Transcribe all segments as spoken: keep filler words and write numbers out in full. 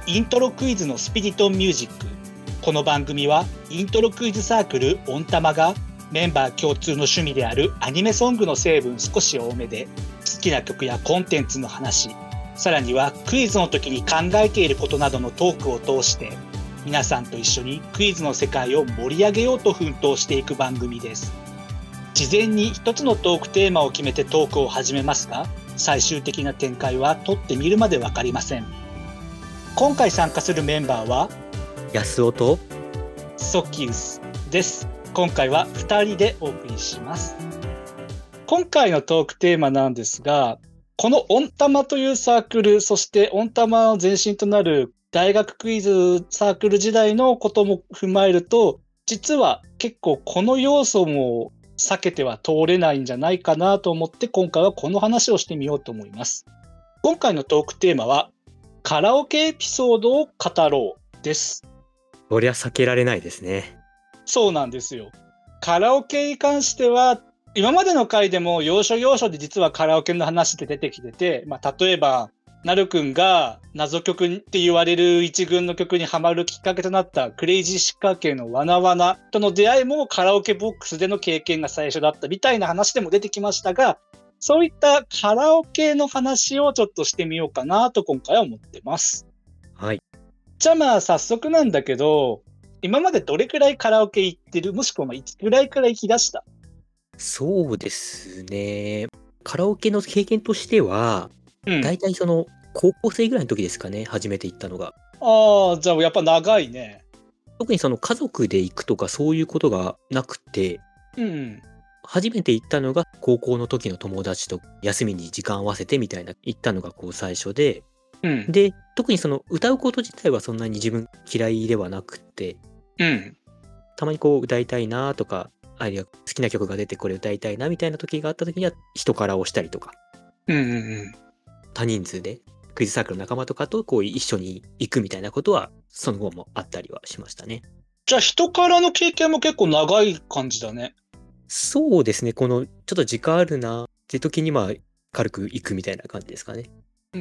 イントロクイズのスピリトンミュージック。この番組はイントロクイズサークルオンタマがメンバー共通の趣味であるアニメソングの成分少し多めで、好きな曲やコンテンツの話、さらにはクイズの時に考えていることなどのトークを通して皆さんと一緒にクイズの世界を盛り上げようと奮闘していく番組です。事前に一つのトークテーマを決めてトークを始めますが、最終的な展開は撮ってみるまで分かりません。今回参加するメンバーは安尾とソキウスです。今回はふたりでお送りします。今回のトークテーマなんですが、このオンタマというサークル、そしてオンタマの前身となる大学クイズサークル時代のことも踏まえると、実は結構この要素も避けては通れないんじゃないかなと思って、今回はこの話をしてみようと思います。今回のトークテーマはカラオケエピソードを語ろうです。 こりゃ避けられないですね。 そうなんですよ。カラオケに関しては今までの回でも要所要所で実はカラオケの話で出てきてて、まあ、例えばなるくんが謎曲って言われる一軍の曲にハマるきっかけとなったクレイジーシッカー系のワナワナとの出会いもカラオケボックスでの経験が最初だったみたいな話でも出てきましたが、そういったカラオケの話をちょっとしてみようかなと今回は思ってます。 はい。 じゃあまあ早速なんだけど、今までどれくらいカラオケ行ってる？もしくはいつくらいから行き出した？ そうですね。カラオケの経験としては、 うん、 だいたいその高校生ぐらいの時ですかね、初めて行ったのが。 ああ、じゃあやっぱ長いね。 特にその家族で行くとかそういうことがなくて、 うん。 初めて行ったのが高校の時の友達と休みに時間合わせてみたいな行ったのがこう最初で、 うん。 で、特にその歌うこと自体はそんなに自分嫌いではなくて、 うん。 たまにこう歌いたいなとか、あるいは好きな曲が出てこれ歌いたいなみたいな時があった時には人からをしたりとか、 うんうんうん。 多人数でクイズサークルの仲間とかとこう一緒に行くみたいなことはその後もあったりはしましたね。 じゃあ人からの経験も結構長い感じだね。 そうですね。このちょっと時間あるなって時にまあ軽く行くみたいな感じですかね。 うん。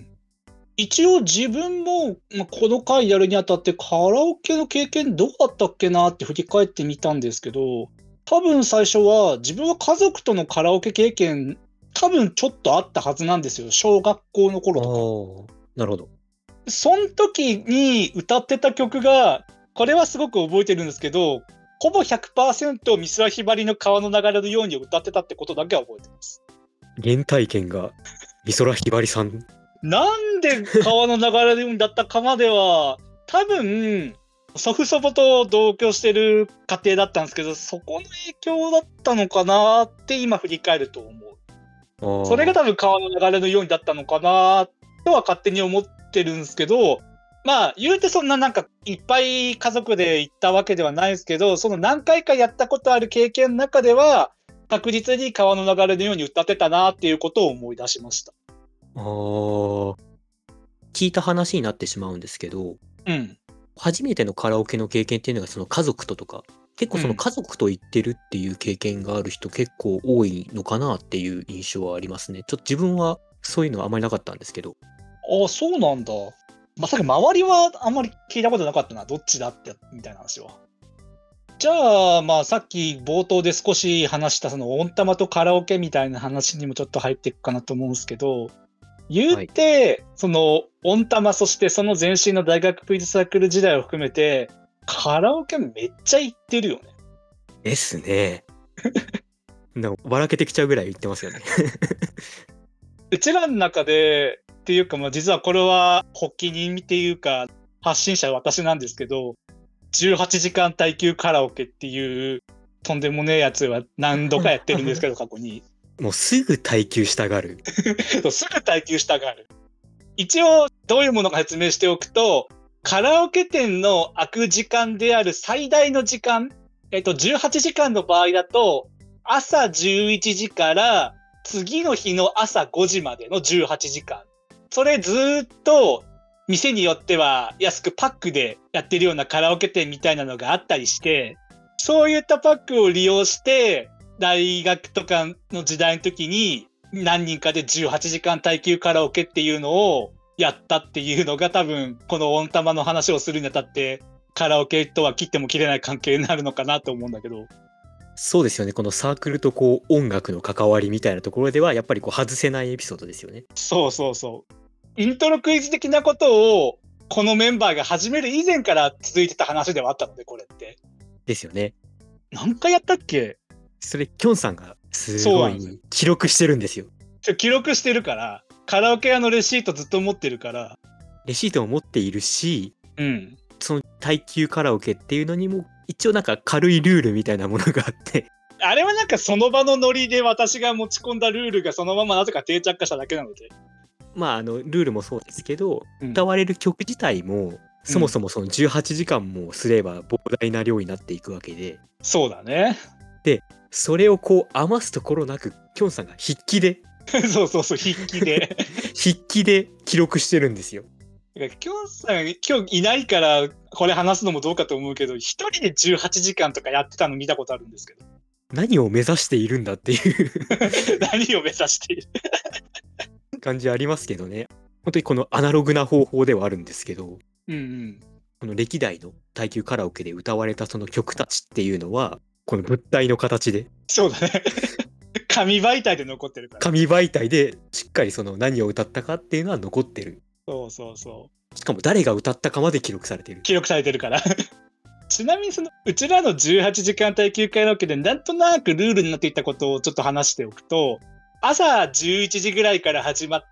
一応自分も、まあ、この回やるにあたってカラオケの経験どうだったっけなって振り返ってみたんですけど、多分最初は自分は家族とのカラオケ経験多分ちょっとあったはずなんですよ。小学校の頃とか。 ああ、なるほど。 その時に歌ってた曲が、これはすごく覚えてるんですけど、ほぼ ひゃくパーセント 美空ひばりの川の流れのように歌ってたってことだけは覚えてます。 原体験が美空ひばりさん。 なんで川の流れのようにだったかまでは、多分、祖父祖母と同居してる家庭だったんですけど、そこの影響だったのかなって今振り返ると思う。それが多分川の流れのようにだったのかなとは勝手に思ってるんですけど、まあ言うてそんななんかいっぱい家族で行ったわけではないですけど、その何回かやったことある経験の中では確実に川の流れのように歌ってたなっていうことを思い出しました。 ああ、聞いた話になってしまうんですけど、 うん。 初めてのカラオケの経験っていうのがその家族ととか、結構その家族と行ってるっていう経験がある人結構多いのかなっていう印象はありますね。ちょっと自分はそういうのはあまりなかったんですけど。 ああ、そうなんだ。まさか周りはあんまり聞いたことなかったな。どっちだってみたいな話は。じゃあ、まあさっき冒頭で少し話したそのオンタマとカラオケみたいな話にもちょっと入っていくかなと思うんですけど、言うて、はい、そのオンタマそしてその前身の大学クイズサークル時代を含めてカラオケめっちゃ行ってるよね。 ですね。なんかばらけてきちゃうぐらい行ってますよね。 うちらの中でっていうか、まあ実はこれは発起人っていうか発信者は私なんですけど、じゅうはちじかん耐久カラオケっていうとんでもねえやつは何度かやってるんですけど過去にもうすぐ耐久したがるすぐ耐久したがる。一応どういうものか説明しておくと、カラオケ店の開く時間である最大の時間、えっとじゅうはちじかんの場合だと朝じゅういちじから次の日の朝ごじまでのじゅうはちじかん、それずっと店によっては安くパックでやってるようなカラオケ店みたいなのがあったりして、そういったパックを利用して大学とかの時代の時に何人かでじゅうはちじかん耐久カラオケっていうのをやったっていうのが多分この温玉の話をするにあたってカラオケとは切っても切れない関係になるのかなと思うんだけど。 そうですよね。このサークルとこう音楽の関わりみたいなところではやっぱりこう外せないエピソードですよね。 そうそうそう。イントロクイズ的なことをこのメンバーが始める以前から続いてた話ではあったので、これって。 ですよね。 何回やったっけ？ それきょんさんがすごい記録してるんですよ。 記録してるから、カラオケ屋のレシートずっと持ってるから。 レシートを持っているし、 うん、 その耐久カラオケっていうのにも一応なんか軽いルールみたいなものがあってあれはなんかその場のノリで私が持ち込んだルールがそのままなぜか定着化しただけなので、 まああのルールもそうですけど、うん、歌われる曲自体もそもそもそのじゅうはちじかんもすれば膨大な量になっていくわけで、 そうだね。 でそれをこう余すところなくきょんさんが筆記でそうそうそう筆記で筆記で記録してるんですよ。 きょんさん今日いないからこれ話すのもどうかと思うけど、一人でじゅうはちじかんとかやってたの見たことあるんですけど、 何を目指しているんだっていう何を目指している感じありますけどね。本当にこのアナログな方法ではあるんですけど、 うんうん、 この歴代の耐久カラオケで歌われたその曲たちっていうのはこの物体の形で、 そうだね紙媒体で残ってるから、 紙媒体でしっかりその何を歌ったかっていうのは残ってる。 そうそうそう。 しかも誰が歌ったかまで記録されてる。 記録されてるからちなみにそのうちらのじゅうはちじかん耐久カラオケでなんとなくルールになっていったことをちょっと話しておくと、朝じゅういちじぐらいから始まって、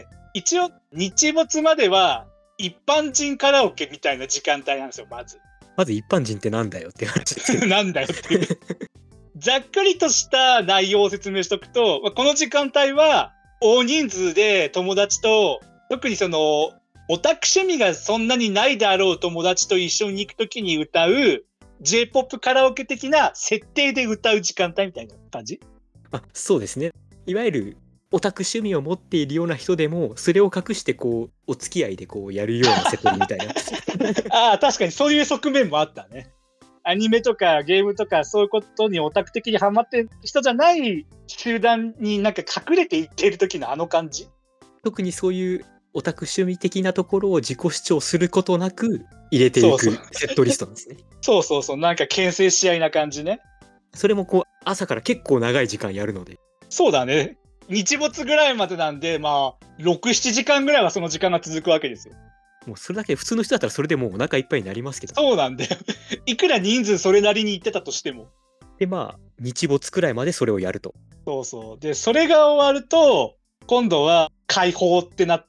一応日没までは一般人カラオケみたいな時間帯なんですよ。まずまず一般人ってなんだよって話ですよなんだよっていうざっくりとした内容を説明しておくと、この時間帯は大人数で友達と、特にそのオタク趣味がそんなにないであろう友達と一緒に行くときに歌う J-ポップ カラオケ的な設定で歌う時間帯みたいな感じ。 あ、そうですね。いわゆるオタク趣味を持っているような人でもそれを隠してこうお付き合いでこうやるようなセトリみたいなああ、確かにそういう側面もあったね。アニメとかゲームとかそういうことにオタク的にハマってる人じゃない集団になんか隠れていっている時のあの感じ。 特にそういうオタク趣味的なところを自己主張することなく入れていくセットリストなんですね。 そうそうそう、なんか牽制し合いな感じね。 それもこう朝から結構長い時間やるので。 そうだね。日没ぐらいまでなんで、まあろく、ななじかんぐらいはその時間が続くわけですよ。 もうそれだけ普通の人だったらそれでもうお腹いっぱいになりますけど。 そうなんだよいくら人数それなりに行ってたとしても。 でまあ日没くらいまでそれをやると。 そうそう。でそれが終わると今度は解放ってなって、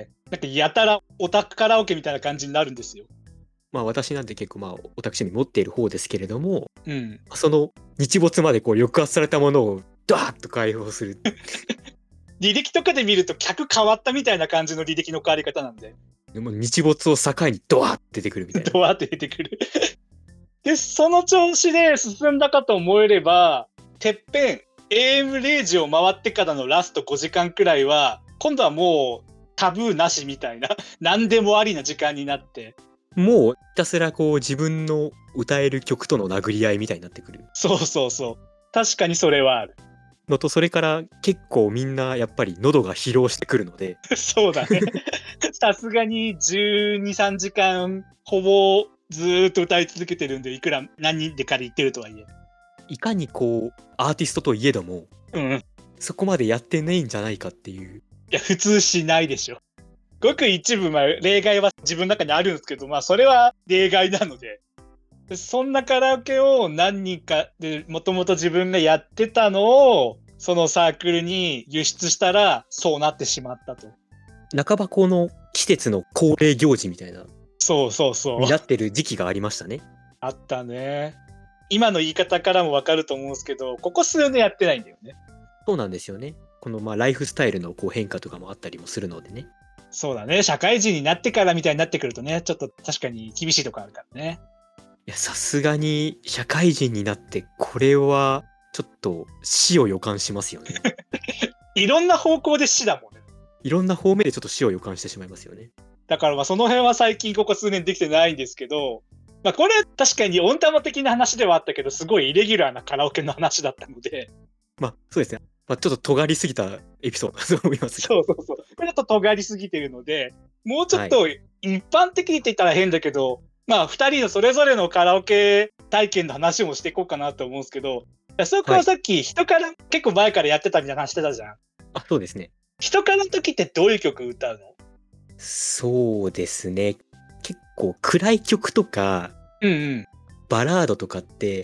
なんかやたらオタクカラオケみたいな感じになるんですよ。 まあ私なんて結構まあオタク趣味持っている方ですけれども、 うん、 その日没までこう抑圧されたものをダーッと解放する履歴とかで見ると客変わったみたいな感じの履歴の変わり方なんで、 でも日没を境にドワーって出てくるみたいなドワーって出てくるでその調子で進んだかと思えれば、てっぺん エーエムれいじを回ってからのラストごじかんくらいは今度はもうタブーなしみたいな何でもありな時間になって、 もうひたすらこう自分の歌える曲との殴り合いみたいになってくる。 そうそうそう、確かにそれはあるのと、それから結構みんなやっぱり喉が疲労してくるのでそうだねさすがにじゅうに、さんじかんほぼずーっと歌い続けてるんで、いくら何人でかで言ってるとはいえ、 いかにこうアーティストといえども、 うん、 そこまでやってないんじゃないかっていう。 いや普通しないでしょ。ごく一部、まあ、例外は自分の中にあるんですけど、まあそれは例外なので、そんなカラオケを何人かでもともと自分がやってたのをそのサークルに輸出したらそうなってしまったと。 半ばこの季節の恒例行事みたいな、 そうそうそうになってる時期がありましたね。 あったね。今の言い方からも分かると思うんですけど、ここ数年やってないんだよね。 そうなんですよね。このまあライフスタイルのこう変化とかもあったりもするのでね。 そうだね。社会人になってからみたいになってくるとね、ちょっと確かに厳しいとこあるからね。 いやさすがに社会人になってこれはちょっと死を予感しますよねいろんな方向で死だもんね。 いろんな方面でちょっと死を予感してしまいますよね。 だからまあその辺は最近ここ数年できてないんですけど、まあこれ確かに温玉的な話ではあったけど、すごいイレギュラーなカラオケの話だったので、 まあそうですね。まあ、ちょっと尖りすぎたエピソードだと思いますが。 そうそうそう。これだと尖りすぎてるので、 もうちょっと一般的にって言ったら変だけど、まあふたりのそれぞれのカラオケ体験の話もしていこうかなと思うんですけど、安尾君は。 はいさっき人から結構前からやってたみたいな話してたじゃん。 あ、そうですね。 人からの時ってどういう曲歌うの？ そうですね。結構暗い曲とか、 うんうん。 バラードとかって、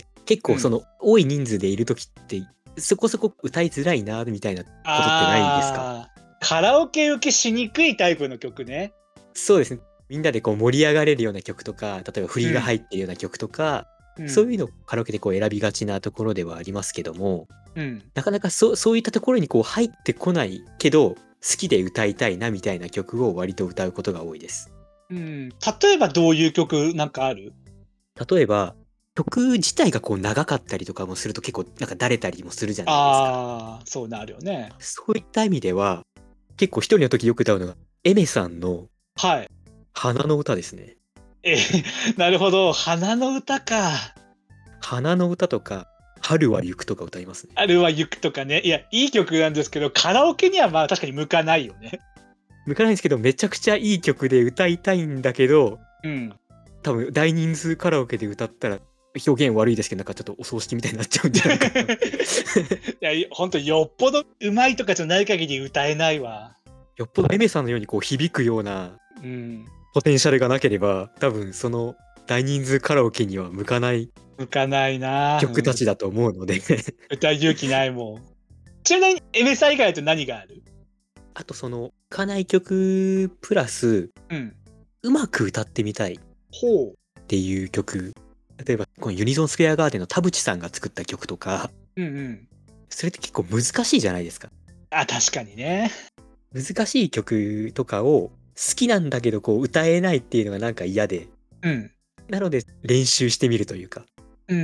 結構その、多い人数でいる時って、そこそこ歌いづらいな、みたいなことってないですか？ あー、カラオケ受けしにくいタイプの曲ね。 そうですね。みんなでこう盛り上がれるような曲とか、例えば振りが入ってるような曲とか、 うん、 そういうのをカラオケでこう選びがちなところではありますけども、 うん。 なかなかそそういったところにこう入ってこないけど、好きで歌いたいなみたいな曲を割と歌うことが多いです。 うん。例えばどういう曲なんかある？ 例えば、曲自体がこう長かったりとかもすると結構なんかだれたりもするじゃないですか。 ああ、そうなるよね。 そういった意味では、結構一人の時よく歌うのが、エメさんのはい。 花の歌ですね。 えー、なるほど。花の歌か。 花の歌とか、春は行くとか歌いますね。 あれは行くとかね。いや、いい曲なんですけど、カラオケにはまあ確かに向かないよね。 向かないんですけど、めちゃくちゃいい曲で歌いたいんだけど、 うん。 多分大人数カラオケで歌ったら、表現悪いですけど、なんかちょっとお葬式みたいになっちゃうんじゃないかなって。 いや、ほんとよっぽど上手いとかじゃない限り歌えないわ。 よっぽどエメさんのようにこう響くようなうん。 ポテンシャルがなければ、多分その大人数カラオケには向かない向かないな。 曲たちだと思うので歌う勇気ないもん。ちなみに、エメサ以外だと何がある？ あとその、聴かない曲プラス、 うん。 うまく歌ってみたいっほう。 ていう曲。例えば、このユニゾンスクエアガーデンの田淵さんが作った曲とか、 うんうん。 それって結構難しいじゃないですか。 あ、確かにね。 難しい曲とかを好きなんだけどこう歌えないっていうのがなんか嫌で、 うん。 なので練習してみるというか。 うん。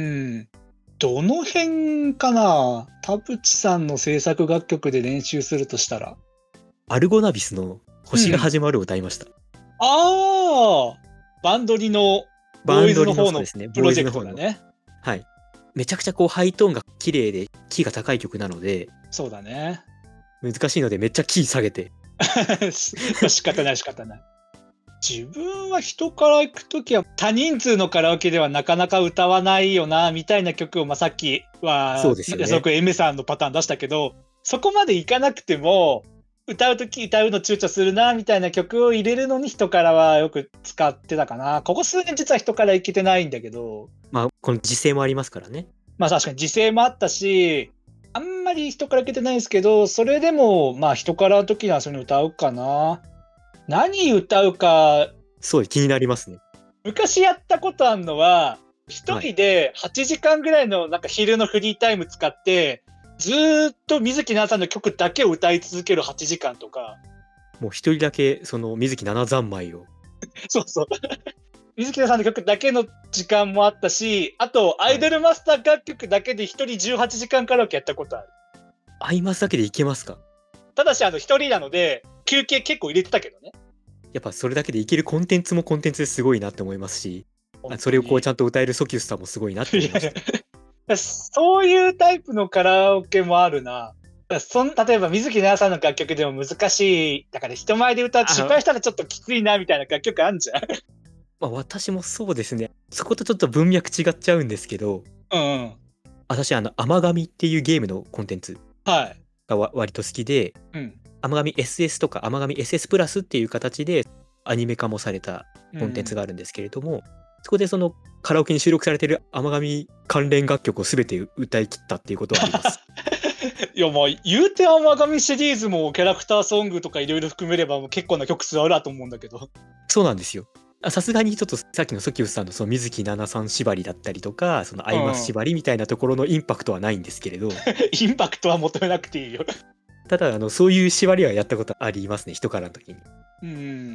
どの辺かな？田淵さんの制作楽曲で練習するとしたら。 アルゴナビスの星がうん。 始まるを歌いました。 ああ、バンドリのボーイズバンドリのの方のそうですね、ボプロジェーイズの方の。 クトだね。 はい。めちゃくちゃこうハイトーンが綺麗でキーが高い曲なので、 そうだね。 難しいのでめっちゃキー下げて。 まあ仕方ない仕方ない。自分は人から行くときは多人数のカラオケではなかなか歌わないよなみたいな曲を、まあ、さっきはそうですよね。 安尾君 M さんのパターン出したけど、そこまでいかなくても歌うとき歌うの躊躇するなみたいな曲を入れるのに人からはよく使ってたかな。ここ数年実は人から行けてないんだけど、 まあこの時勢もありますからね。 まあ確かに時勢もあったし、あんまり人から行けてないんですけど、それでもまあ人からの時にはそれ歌うかな。何歌うか、 そう気になりますね。 昔やったことあるのは、一はい。 人ではちじかんぐらいのなんか昼のフリータイム使って、ずーっと水木奈々さんの曲だけを歌い続けるはちじかんとか、 もう一人だけその水木七三昧を。 そうそう。水木奈々さんの曲だけの時間もあったし、あとアイドはい。 ルマスター楽曲だけで一人じゅうはちじかんカラオケやったことある。 アイマスだけでいけますか？ ただしあの一人なので、休憩結構入れてたけどね。 やっぱそれだけでいけるコンテンツもコンテンツですごいなって思いますし、あそれをこう本当に。 ちゃんと歌えるソキュスさんもすごいなっていやい思いました。 や、そういうタイプのカラオケもあるな。そん例えば水木奈々さんの楽曲でも難しい、だから人前で歌うと失敗あ、 したらちょっときついなみたいな楽曲あんじゃん。 まあ、私もそうですね。そことちょっと文脈違っちゃうんですけど、 うんうん。 私あの、甘神っていうゲームのコンテンツはい。 がわ割と好きで、 うん。 甘神 エスエス とか甘神 エスエス プラスっていう形でアニメ化もされたコンテンツうん。 があるんですけれども、そこでそのカラオケに収録されてる甘神関連楽曲を全て歌い切ったっていうことはあります。 いやまあ言うて甘神シリーズもキャラクターソングとかいろいろ含めればもう結構な曲数あるなと思うんだけど。 そうなんですよ。あ、さすがにちょっとさっきのソキウスさんのその水木奈々さん縛りだったりとか、そのアイマスうん。 縛りみたいなところのインパクトはないんですけれど、 インパクトは求めなくていいよ。 ただあのそういう縛りはやったことありますね、人からの時に。 うん。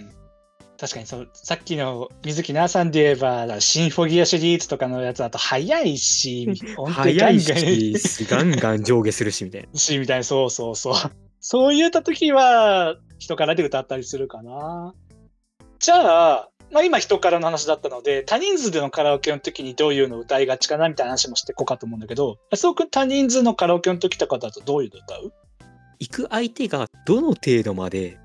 確かにそう、さっきの水木奈々さんで言えば、シンフォギアシリーズとかのやつだと早いし、本当に早いガンガンし、ガンガン上下するしみたいな。 し、みたいな、そうそうそう。そういった時は、人からで歌ったりするかな。じゃあ、まあ今人からの話だったので、多人数でのカラオケの時にどういうの歌いがちかなみたいな話もしていこうかと思うんだけど、そうくん多人数のカラオケの時とかだとどういうの歌う？ 行く相手がどの程度まで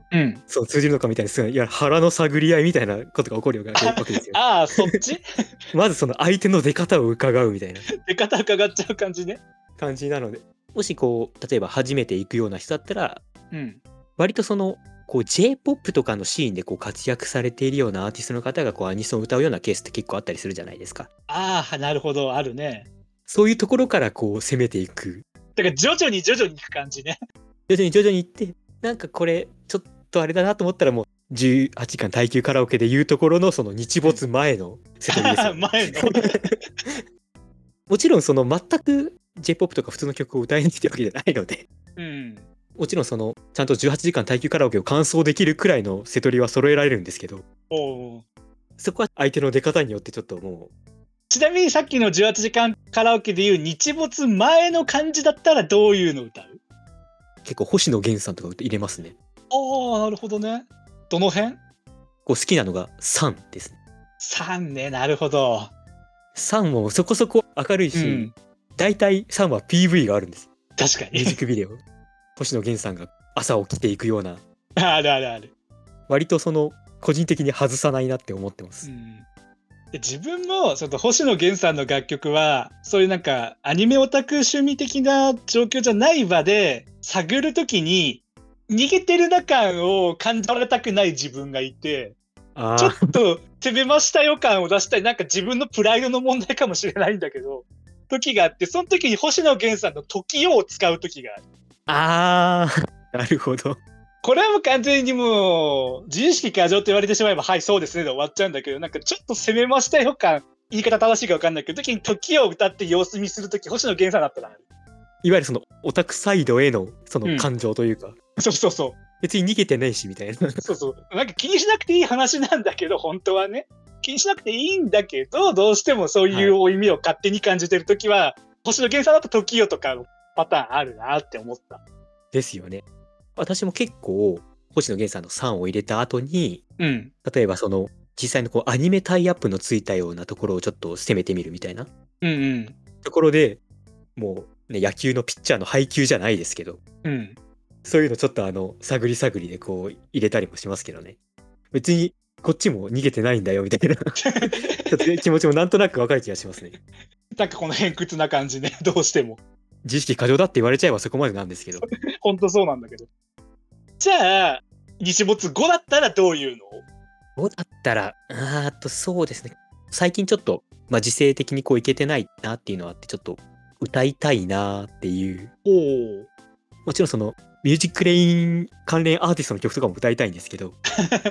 うん。 そう通じるのかみたいな、すごいいや腹の探り合いみたいなことが起こるわけわけですよ。 ああ、そっちまずその相手の出方を伺うみたいな出方伺っちゃう感じね。 感じなので、もしこう例えば初めて行くような人だったら、 うん。 割とそのこう J-ポップ とかのシーンでこう活躍されているようなアーティストの方がこうアニソンを歌うようなケースって結構あったりするじゃないですか。 ああ、なるほど、あるね。 そういうところからこう攻めていく。 だから徐々に徐々に行く感じね。 徐々に徐々に行って、なんかこれちょっとあれだなと思ったらもうじゅうはちじかん耐久カラオケでいうところのその日没前の瀬戸りですよ、ね。 前のもちろんその全く J-ポップ とか普通の曲を歌えないってわけじゃないので、 うん。 もちろんそのちゃんとじゅうはちじかん耐久カラオケを完走できるくらいの瀬戸りは揃えられるんですけど、 おう。 そこは相手の出方によってちょっともう。 ちなみにさっきのじゅうはちじかんカラオケでいう日没前の感じだったらどういうの歌う？ 結構星野源さんとか入れますね。 ああ、なるほどね。どの辺？ こう好きなのがさんですね。 さんね、なるほど。 さんもそこそこ明るいし、 うん。 だいたいさんは ピーブイ があるんです。 確かに。 ミュージックビデオ。星野源さんが朝起きていくような、 あるあるある。 割とその個人的に外さないなって思ってます。 うん。で自分もちょっと星野源さんの楽曲はそういうなんかアニメオタク趣味的な状況じゃない場で探るときに逃げてるな感を感じられたくない自分がいて、ちょっあーと攻めましたよ感を出したい、なんか自分のプライドの問題かもしれないんだけど時があって、その時に星野源さんの時を使う時がある。 あーなるほど。 これはもう完全にもう自意識過剰って言われてしまえばはいそうですねで終わっちゃうんだけど、なんかちょっと攻めましたよ感、言い方正しいか分かんないけど時に時を歌って様子見する時星野源さんだったら、 いわゆるそのオタクサイドへのそうんの感情というか、 そうそうそう別に逃げてないしみたいな。 そうそうなんか気にしなくていい話なんだけど本当はね気にしなくていいんだけど、どうしてもそういう負い目を勝手に感じてる時は、星野源さんだと時をとかのパターンあるなって思った。 ですよね。私も結構星野源さんのさんを入れた後に、 うん例えばその実際のこうアニメタイアップのついたようなところをちょっと攻めてみるみたいなうんうんところで、もうね野球のピッチャーの配球じゃないですけど、 うんそういうのちょっとあの探り探りでこう入れたりもしますけどね。別にこっちも逃げてないんだよみたいなちょっと気持ちもなんとなくわかる気がしますね。 なんかこの偏屈な感じねどうしても自意識過剰だって言われちゃえばそこまでなんですけど。 本当そうなんだけど。じゃあ日没後だったらどういうの？ どうだったら、あーっとそうですね。最近ちょっと、まあ、時勢的にこういけてないなっていうのはあって、ちょっと歌いたいなっていう。 おおもちろんそのミュージックレイン関連アーティストの曲とかも歌いたいんですけど、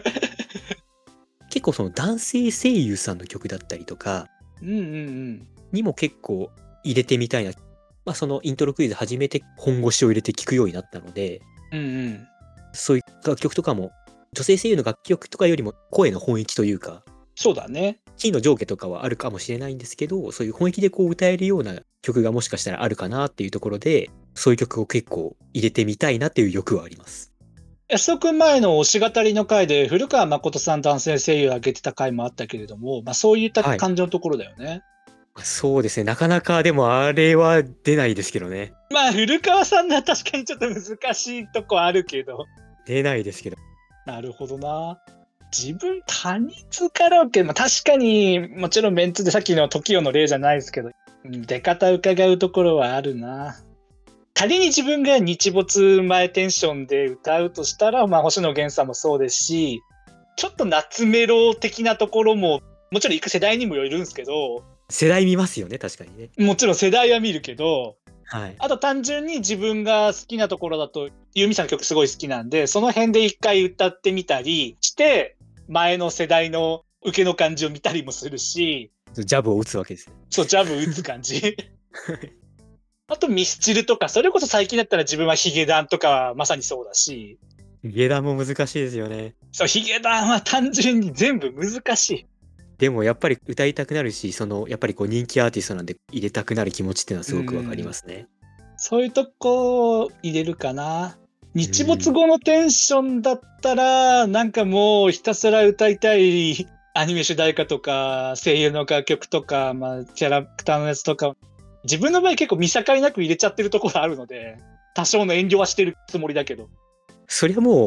結構その男性声優さんの曲だったりとかうんうんうんにも結構入れてみたいな。まあそのイントロクイズ始めて本腰を入れて聴くようになったので、 うんうんそういう楽曲とかも女性声優の楽曲とかよりも声の本域というか、 そうだね。 キーの上下とかはあるかもしれないんですけど、そういう本気でこう歌えるような曲がもしかしたらあるかなっていうところで、そういう曲を結構入れてみたいなっていう欲はあります。 安田君前の推し語りの回で古川誠さん男性声優上げてた回もあったけれども、まあ、そういったはい。 感じのところだよね。 そうですね。なかなかでもあれは出ないですけどね。 まあ古川さんのは確かにちょっと難しいとこあるけど。 出ないですけど。 なるほどな。自分多人数カラオケ、まあ、確かにもちろんメンツでさっきの トキオ の例じゃないですけど、うん出方伺うところはあるな。仮に自分が日没前テンションで歌うとしたら、まあ、星野源さんもそうですし、ちょっと夏メロ的なところももちろん行く世代にもよるんですけど、 世代見ますよね、確かにね。 もちろん世代は見るけど、 はい。 あと単純に自分が好きなところだとユーミさんの曲すごい好きなんで、その辺で一回歌ってみたりして前の世代の受けの感じを見たりもするし、 ジャブを打つわけですね。 そうジャブ打つ感じあとミスチルとか、それこそ最近だったら自分はヒゲダンとかはまさにそうだし、 下段も難しいですよね。 そうヒゲダンは単純に全部難しい。 でもやっぱり歌いたくなるし、そのやっぱりこう人気アーティストなんで入れたくなる気持ちっていうのはすごくわかりますね。 そういうとこを入れるかな。日没後のテンションだったら、なんかもうひたすら歌いたいアニメ主題歌とか声優の楽曲とか、まあ、キャラクターのやつとか、自分の場合結構見境なく入れちゃってるところあるので、多少の遠慮はしてるつもりだけど。 そりゃもう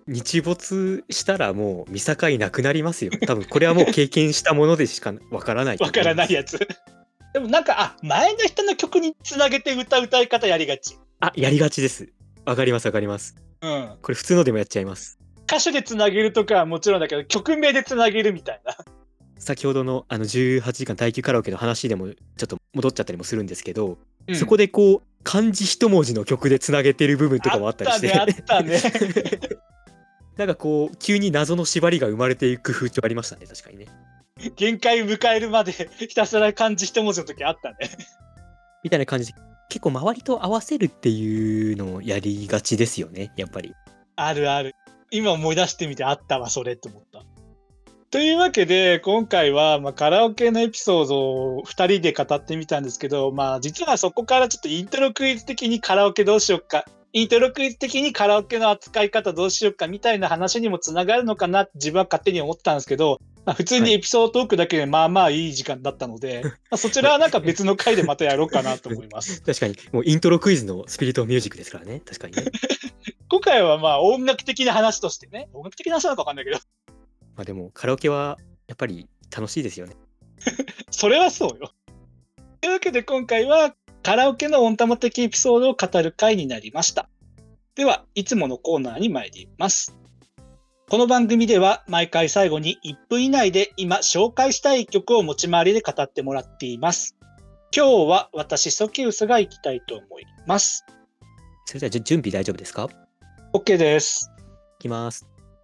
日没したらもう見境なくなりますよ。多分これはもう経験したものでしかわからないとわ思います。 からないやつ。でもなんか、あ、前の人の曲につなげて歌う歌い方やりがち。 あ、やりがちです。わかりますわかります。 うん。 これ普通のでもやっちゃいます。 歌手でつなげるとかはもちろんだけど、曲名でつなげるみたいな。 先ほどのあのじゅうはちじかん耐久カラオケの話でもちょっと戻っちゃったりもするんですけど、 うん、 そこでこう漢字一文字の曲でつなげてる部分とかもあったりして、 あったねあったね。 なんかこう急に謎の縛りが生まれていく風潮ありましたね、確かにね。 限界迎えるまでひたすら漢字一文字の時あったね。 みたいな感じで結構周りと合わせるっていうのをやりがちですよね、やっぱり。 あるある。今思い出してみてあったわそれって思った。というわけで今回はまあカラオケのエピソードをふたりで語ってみたんですけど、まあ実はそこからちょっとイントロクイズ的にカラオケどうしよっか、イントロクイズ的にカラオケの扱い方どうしよっかみたいな話にもつながるのかなって自分は勝手に思ったんですけど、まあ、普通にエピソードトークだけでまあまあいい時間だったので、まあ、そちらはなんか別の回でまたやろうかなと思います。 確かにもうイントロクイズのスピリットミュージックですからね、確かにね。 今回はまあ音楽的な話としてね、音楽的な話なのか分かんないけど、 まあでもカラオケはやっぱり楽しいですよね。 それはそうよ。というわけで今回はカラオケのオンタマ的エピソードを語る回になりました。ではいつものコーナーに参ります。この番組では毎回最後にいっぷん以内で今紹介したい曲を持ち回りで語ってもらっています。今日は私ソキウスが行きたいと思います。 それではじゅ準備大丈夫ですか？ OK です。 いきます。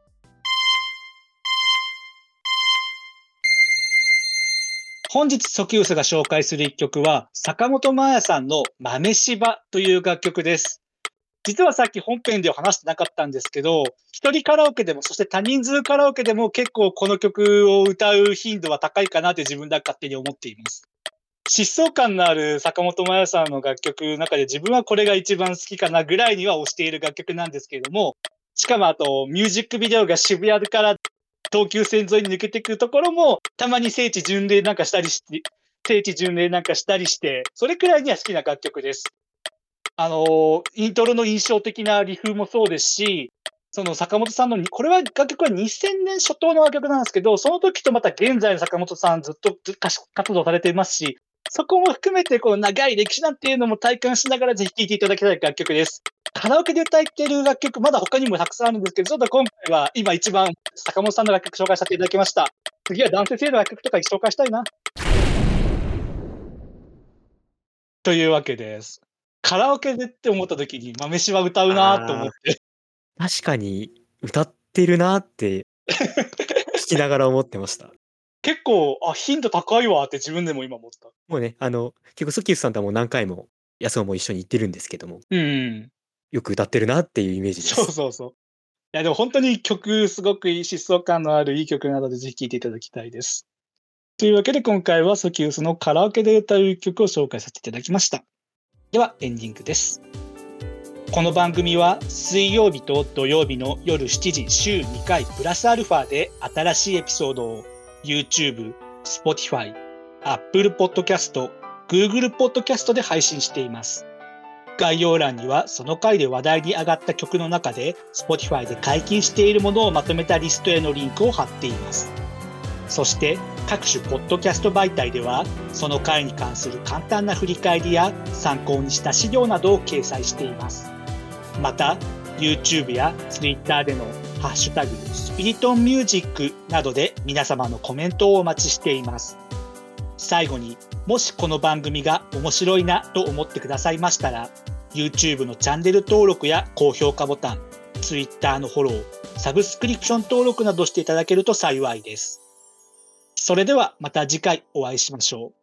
本日ソキウスが紹介する一曲は坂本真綾さんの豆柴という楽曲です。実はさっき本編では話してなかったんですけど、一人カラオケでもそして多人数カラオケでも結構この曲を歌う頻度は高いかなって自分では勝手に思っています。疾走感のある坂本真綾さんの楽曲の中で自分はこれが一番好きかなぐらいには推している楽曲なんですけれども、しかもあとミュージックビデオが渋谷から東急線沿いに抜けてくるところもたまに聖地巡礼なんかしたりして、聖地巡礼なんかしたりして、それくらいには好きな楽曲です。あの、イントロの印象的なリフもそうですし、その坂本さんの、これは楽曲はにせんねん初頭の楽曲なんですけど、その時とまた現在の坂本さんずっと歌手活動されていますし、そこも含めてこの長い歴史なんていうのも体感しながらぜひ聴いていただきたい楽曲です。カラオケで歌っている楽曲、まだ他にもたくさんあるんですけど、ちょっと今回は今一番坂本さんの楽曲紹介させていただきました。次は男性性の楽曲とか紹介したいな。というわけです。カラオケでって思った時に豆柴歌うなと思って。 確かに歌ってるなって聞きながら思ってました。 結構、あ、頻度高いわって自分でも今思った。 もうね、あの、結構ソキウスさんとはもう何回も安尾も一緒に行ってるんですけども、 うん。 よく歌ってるなっていうイメージです。 そうそうそう。いやでも本当に曲すごくいい疾走感のあるいい曲なのでぜひ聴いていただきたいです。というわけで今回はソキウスのカラオケで歌う曲を紹介させていただきました。ではエンディングです。この番組は水曜日と土曜日の夜しちじ週にかいプラスアルファで新しいエピソードを YouTube、Spotify、Apple Podcast、Google Podcast で配信しています。概要欄にはその回で話題に上がった曲の中で Spotify で解禁しているものをまとめたリストへのリンクを貼っています。そして各種ポッドキャスト媒体ではその回に関する簡単な振り返りや参考にした資料などを掲載しています。また YouTube や Twitter でのハッシュタグスピリトンミュージックなどで皆様のコメントをお待ちしています。最後にもしこの番組が面白いなと思ってくださいましたら YouTube のチャンネル登録や高評価ボタン、Twitter のフォロー、サブスクリプション登録などしていただけると幸いです。それではまた次回お会いしましょう。